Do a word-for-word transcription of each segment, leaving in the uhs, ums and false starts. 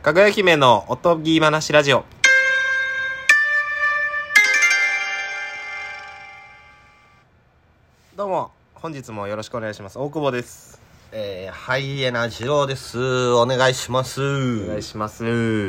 かぐや姫のおとぎ話ラジオ。どうも本日もよろしくお願いします。大久保です。 えー、ハイエナ二郎です。お願いします。 お願いします。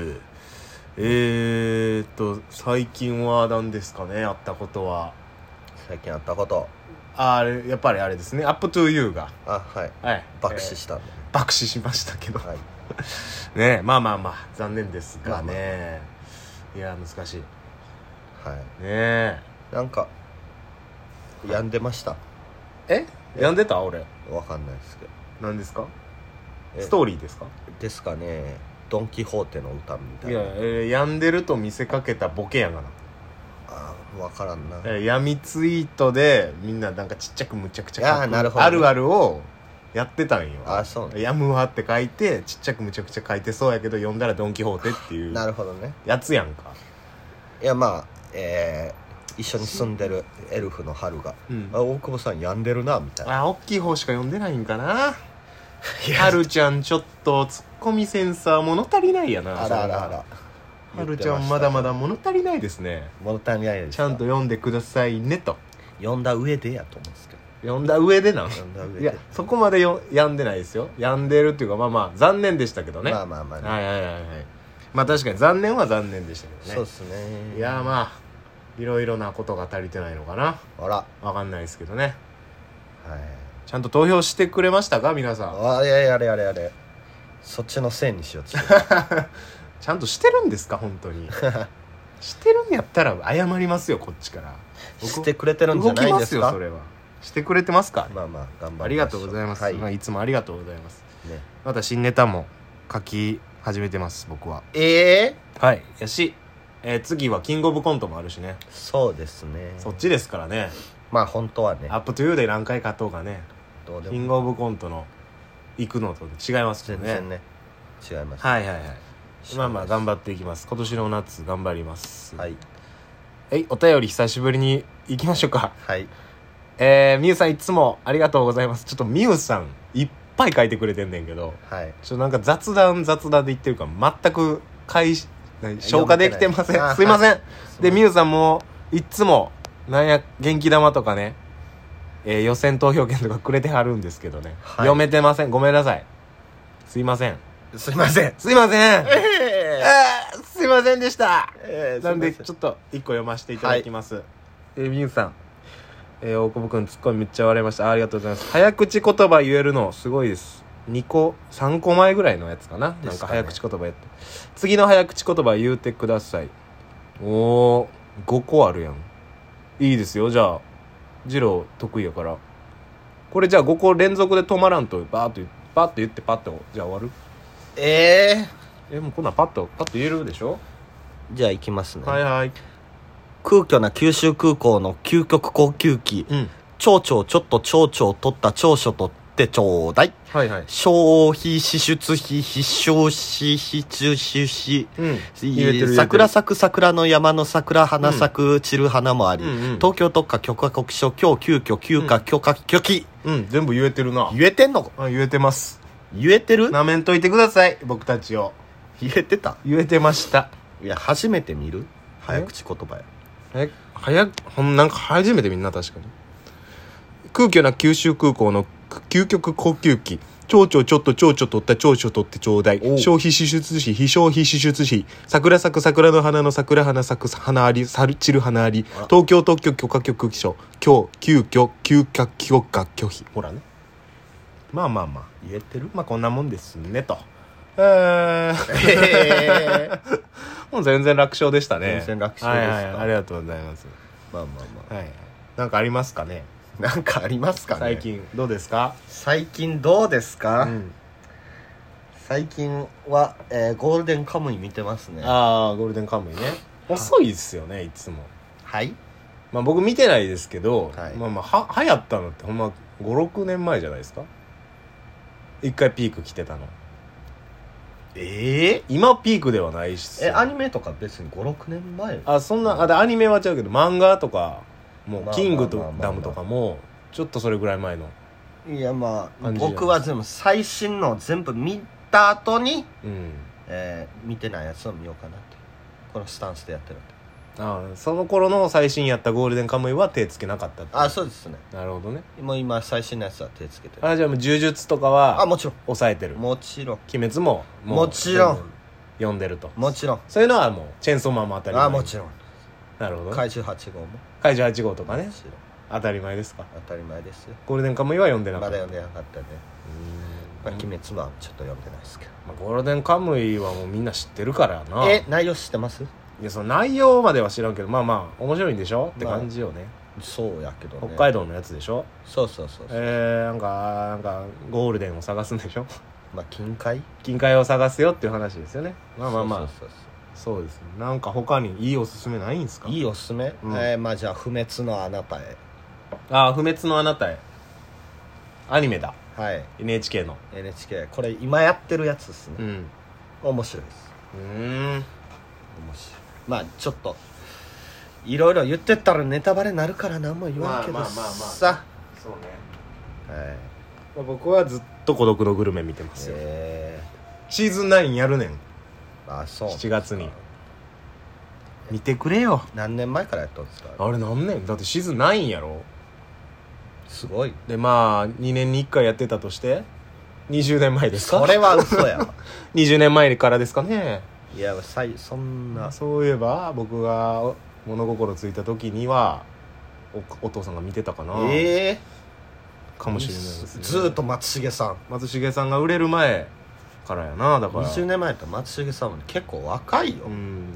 えーっと最近は何ですかね、あったことは。 最近あったこと、 あれやっぱりあれですね、アップトゥーユーがあ、はい、 はい、 爆死したんで、 えー爆死しましたけど、 はいね、まあまあまあ残念ですがね、 まあまいや難しいはい、 ねえ。 なんか病んでました。 え病んでた？俺わかんないですけど、 何ですか？ えストーリーですか？ ですかね。ドン・キホーテの歌みたいな。 いや、えー、病んでると見せかけたボケやがな。 あー、わからんな。 えー、闇ツイートでみんななんかちっちゃくむちゃくちゃ書くあーなるほどねあるあるをやってたんよ。 あ、そうね。 やむわって書いてちっちゃくむちゃくちゃ書いてそうやけど読んだらドン・キホーテっていうなるほどね。 やつやんか。 いや、まあ、えー、一緒に住んでるエルフの春が、 うん、 あ、大久保さん病んでるなみたいな。 あ、大きい方しか読んでないんかな。はるちゃんちょっとツッコミセンサー物足りないやな。 あらあらあら。 はるちゃんまだまだ物足りないですね。 物足りないですか。 ちゃんと読んでくださいねと。 読んだ上でやと思うんですけど。 読んだ上でなん読んだ上で。 いやそこまでよ病んでないですよ。病んでるっていうかまあまあ残念でしたけどね。 まあまあまあね。 はいはいはいはい。まあ確かに残念は残念でしたけどね。 そうっすね。 いやまあいろいろなことが足りてないのかな。 あら、 わかんないですけどね。 はい。 ちゃんと投票してくれましたか皆さん。 あ、いやいやあれあれあれ。そっちのせいにしようとしてちゃんとしてるんですか本当に。してるんやったら謝りますよこっちから。 してくれてるんじゃないんですか。 動きますよそれは。してくれてますか。 まあまあ頑張りましょう。 ありがとうございます、 はい、 まあ、いつもありがとうございます、 ね、 また新ネタも書き始めてます僕は。 ええー、はいやし、えー、次はキングオブコントもあるしね。 そうですね。 そっちですからね。 まあ本当はね、 アップトゥーユーで何回勝とうかね、 どうでもキングオブコントの行くのと違いますよね。 全然ね違います。 はいはいはい。まあまあ頑張っていきます。今年の夏頑張ります。 はい。 はい、お便り久しぶりに行きましょうか。 はい。 えー、みゆさんいつもありがとうございます。ちょっとみゆさんいっぱい書いてくれてんねんけど、 はい。 ちょっとなんか雑談雑談で言ってるから全く回し消化できてません。すいません、はい、でみゆさんもいつもなんや元気玉とかね、えー、予選投票権とかくれてはるんですけどね、はい、読めてません。ごめんなさい。すいませんすいませんすいません、えー、 えー、すいませんでした、 えー、 なんでちょっといっこ読ませていただきます、はい、えー、みゆさん、えー、大久保くんツッコミめっちゃ笑いました。 あ, ありがとうございます。早口言葉言えるのすごいです。にこさんこまえぐらいのやつかな、ね、なんか早口言葉やって、次の早口言葉言うてください。おーごこあるやん。いいですよ。じゃあジロー得意やからこれじゃあごこ連続で止まらんとバーッとパッと言ってパッとじゃあ終わる。 えー、えもうこんなんパッとパッと言えるでしょ。 じゃあ行きますね。 はいはい。 空虚な九州空港の究極高級機、うん、蝶々ちょっと蝶々取った長所取ってちょうだい。 はいはい。 消費支出費必勝し必出し、うん、桜咲く桜の山の桜花咲く散る花もあり、うんうんうん、東京特化許可国書今日急遽休暇許可拒否、 うん、全部言えてるな。 言えてんの？ あ、言えてます。 言えてる？ なめんといてください僕たちを。 言えてた？ 言えてました。 いや初めて見る早口言葉や。 え早ほんなんか初めて見んな。確かに空虚な九州空港の究極高級機、蝶々ちょっと蝶々取った蝶々取ってちょうだい。消費支出費非消費支出費桜咲く桜の花の桜花咲く花あり散る花あり東京特許許可局所今日急遽休暇許可拒否。ほらね。まあまあまあ言えてる。 まあこんなもんですねと。えー、えー、もう全然楽勝でしたね。 全然楽勝ですか、 はいはい、ありがとうございます。 まあまあまあ、 はい、なんかありますかね。 なんかありますかね。 最近どうですか。 最近どうですか、うん、最近は、えー、ゴールデンカムイ見てますね。 ああゴールデンカムイね。遅いですよねいつも。 はい。 まあ僕見てないですけど、 はい、 まあまあは流行ったのってほんまごろくねんまえじゃないですか。一回ピーク来てたの。ええー、今ピークではないし。 えアニメとか別にごろくねんまえ。 あそんなあアニメは違うけど漫画とかもうキングダムとかもちょっとそれぐらい前の。 いやまあ僕は全部最新の全部見た後に、うんえー、見てないやつを見ようかなってこのスタンスでやってるんで。 ああ、その頃の最新やったゴールデンカムイは手つけなかったって。 あ、そうですね。 なるほどね。 もう今最新のやつは手つけてる。 あ、じゃあもう呪術とかはあ、もちろん抑えてる。 もちろん。 鬼滅もももちろん読んでると。 もちろん。 そういうのはもうチェーンソーマンも当たり前。 あ、もちろん。なるほど、ね、怪獣はち号も怪獣はち号とかね、当たり前ですか。 当たり前ですよ。 ゴールデンカムイは読んでなかった。 まだ読んでなかったね。うん、まあ、鬼滅はちょっと読んでないですけど、 まあ、ゴールデンカムイはもうみんな知ってるからな。 え、内容知ってます？ いや、その内容までは知らんけど、まあまあ面白いんでしょって感じよね、 まあ、そうやけどね。 北海道のやつでしょ。 そうそうそうそう。 えー、なんかなんかゴールデンを探すんでしょ。 まあ近海近海を探すよっていう話ですよね。まあまあまあ、そうそうそうそうそうですね。なんか他にいいおすすめないんですか？ いいおすすめ、うん、えー、まあじゃあ不滅のあなたへ。 ああ、不滅のあなたへ、アニメだ。 はい、 エヌエイチケー のエヌエイチケー、 これ今やってるやつですね。うん、面白いです。 うーん、面白い。まあちょっといろいろ言ってったらネタバレになるから何も言わんけどさ、まあまあまあまあ、 そうね。 はい、 まあ、僕はずっと孤独のグルメ見てますよ。えー、シーズンナインやるねん。 あ、そう、 しちがつに見てくれよ。 何年前からやったんですか？ あれ何年だってシーズンナインやろ。 すごい。 でまあにねんにいっかいやってたとしてにじゅうねんまえですか？ それは嘘やわ。 にじゅうねんまえからですかね。 いや、そんな。 そういえば僕が物心ついた時には お, お父さんが見てたかな。ええー、かもしれないですね。 ずっと松重さん松重さんが売れる前からやな。だからにじゅうねんまえと松重さんも結構若いよ、 うん、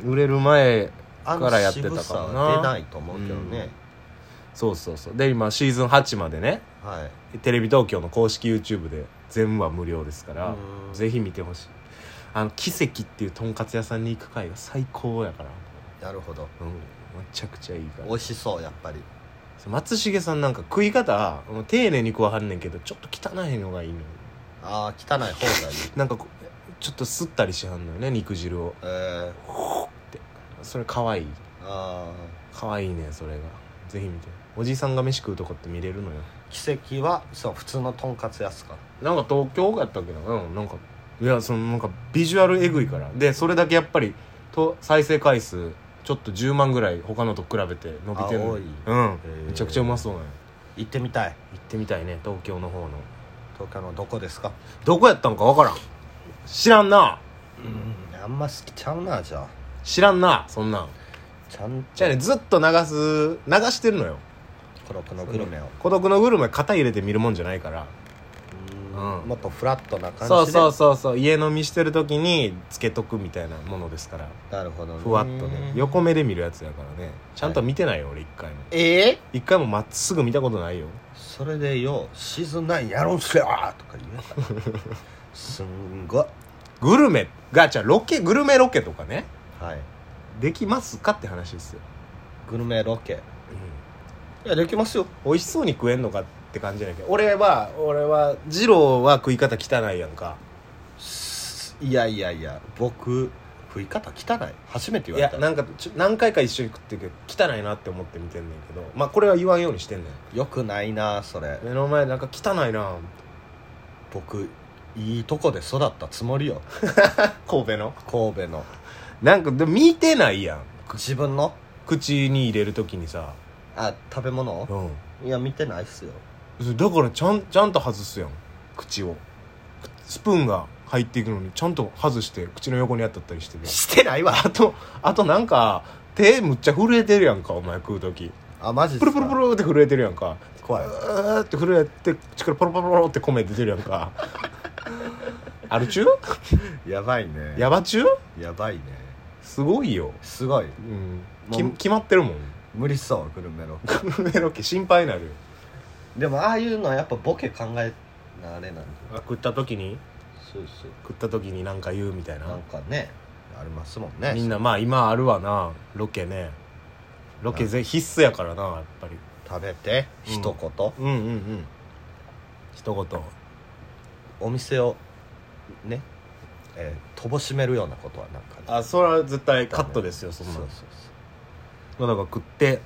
売れる前からやってたからな。あの渋さは出ないと思うけどね、うん、 そうそうそう。で今シーズンはちまでね、はい、テレビ東京の公式 YouTube で全話無料ですからぜひ見てほしい。あの奇跡っていうとんかつ屋さんに行く回が最高やから。 なるほど、 うん、めちゃくちゃいいから。 美味しそう。やっぱり松重さんなんか食い方丁寧に食わはんねんけどちょっと汚いのがいいの。 ああ、汚い方がいい。 なんかちょっと吸ったりしはんのよね、肉汁を。えー、ほーってそれかわいい。ああ、かわいいね。それがぜひ見て。おじさんが飯食うとこって見れるのよ。 奇跡はそう普通のとんかつ屋っすか？ なんか東京やったっけな。うん、なんかいや、そのなんかビジュアルエグいから。でそれだけやっぱりと再生回数ちょっとじゅうまんぐらい他のと比べて伸びてる。多い。うん、めちゃくちゃうまそうなんよ。 行ってみたい。 行ってみたいね。東京の方の。 東京のどこですか？ どこやったんかわからん。知らんな。 うん、あんま好きちゃうな。じゃあ知らんな。そんなんちゃんとじゃあね、ずっと流す流してるのよ。 孤独のグルメを。 孤独のグルメ肩入れて見るもんじゃないから。 うん、うん、もっとフラットな感じで。 そうそうそうそう。家飲みしてる時につけとくみたいなものですから。 なるほどね。 ふわっとね、横目で見るやつやからね。ちゃんと見てないよ、はい、俺一回も。 ええー、一回もまっすぐ見たことないよ。 それでよ、シーズンナインやるんすよとか言えたすんごいグルメがじゃあロケグルメロケとかね、 はい、 できますかって話ですよ。 グルメロケ、うん、いやできますよ。 美味しそうに食えんのかって感じじゃないけど、俺は俺は二郎は食い方汚いやんか。 いやいやいや、僕食い方汚い初めて言われた。 いや、なんかちょ何回か一緒に食ってるけど汚いなって思って見てんねんけど、まあこれは言わんようにしてんねん。 よくないなそれ。 目の前なんか汚いな。 僕いいとこで育ったつもりよ神戸の神戸のなんかでも見てないやん。 自分の口に入れるときにさ。 あ、食べ物、うん、いや見てないっすよ。 だからちゃんちゃんと外すやん口を。スプーンが入っていくのにちゃんと外して口の横にあったったりしてる。 してないわ。 あとあとなんか手むっちゃ震えてるやんかお前食うとき。 あ、マジっすか？ プルプルプルって震えてるやんか。 怖い。 うーって震えて口からポロポロポロって米出てるやんかアル中やばいね。 ヤバ中やばいね。 すごいよ。 すごい、 うん、き決まってるもん。 無理そうグルメロケ。 グルメロケ心配になるよ。 でもああいうのはやっぱボケ考えなあれなんで。 食った時にそうそう食った時に何か言うみたいな。 なんかねありますもんね。 みんなまあ今あるわなロケね。ロケぜ必須やからなやっぱり。 食べて一言、 うん、うんうんうん一言お店をね、えー、乏しめるようなことはなんか、ね、 あ、それは絶対カットですよ。そんなの。そうそうそう。だから食って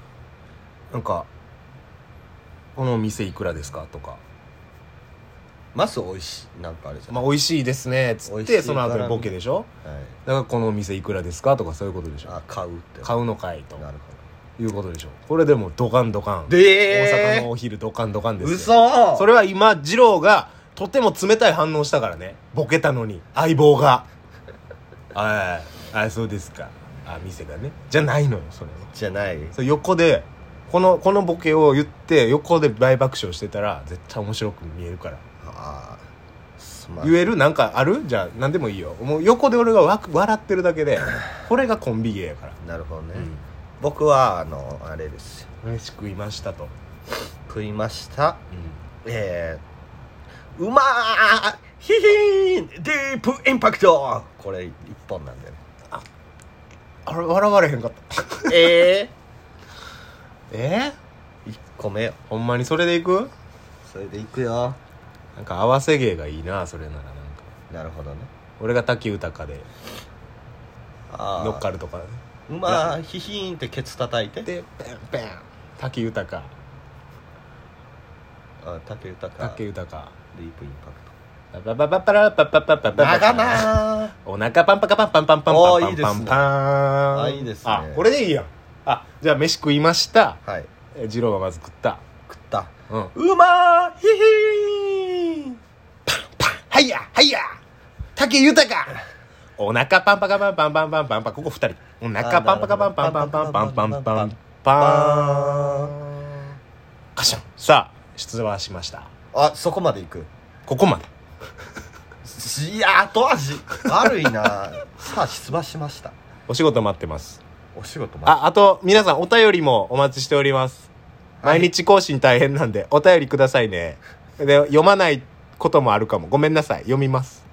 なんかこのお店いくらですかとかまず美味しいなんかあれじゃん、 まあ美味しいですねっつっ美味しいてその後にボケでしょ、 はい、 だからこのお店いくらですかとかそういうことでしょ。 あ買うって買うのかいとなるほいうことでしょ。これでもドカンドカンどで大阪のお昼ドカンドカンですよ。 嘘それは今二郎がとても冷たい反応したからね、ボケたのに相棒がああそうですか、あ店がねじゃないのよ。それはじゃないそれ横でこのこのボケを言って横で大爆笑してたら絶対面白く見えるから。 ああ言えるなんかあるじゃあ何でもいいよ。もう横で俺がわ笑ってるだけでこれがコンビ芸やから。 なるほどね、 うん、 僕はあのあれですよ、 飯食いましたと。 食いました、 うん、 えー、うまーヒヒーンディープインパクト、これ一本なんだよね。 ああれ笑われへんかったえー、えー、いっこめよ。 ほんまにそれでいく？ それでいくよ。 なんか合わせ芸がいいな、それなら。なんかなるほどね。 俺が滝豊であ乗っかるとかね。 うまーヒヒーンってケツ叩いて、 でペンペン滝豊あ竹豊滝豊ディープインパクパパパパラパパパパパパ長なーお腹パンパカパンパンパンパンおパンパンパンパンあいいですねあこれでいいやん。あじゃあ飯食いました。 はい、 え二郎がまず食った。 食った、 うんうまーヒヒーンパンパンはいやはいや竹豊お腹パンパカパンパンパンパンパンパン。ここ二人お腹パンパカパンパンパンパンパンパンパンパンパンカシャン。さあ出馬しました。 あそこまで行く。 ここまでいや後味悪いなさあ出馬しました。 お仕事待ってます。 お仕事待ってああと皆さんお便りもお待ちしております、はい、毎日更新大変なんでお便りくださいね。で読まないこともあるかも。ごめんなさい、読みます。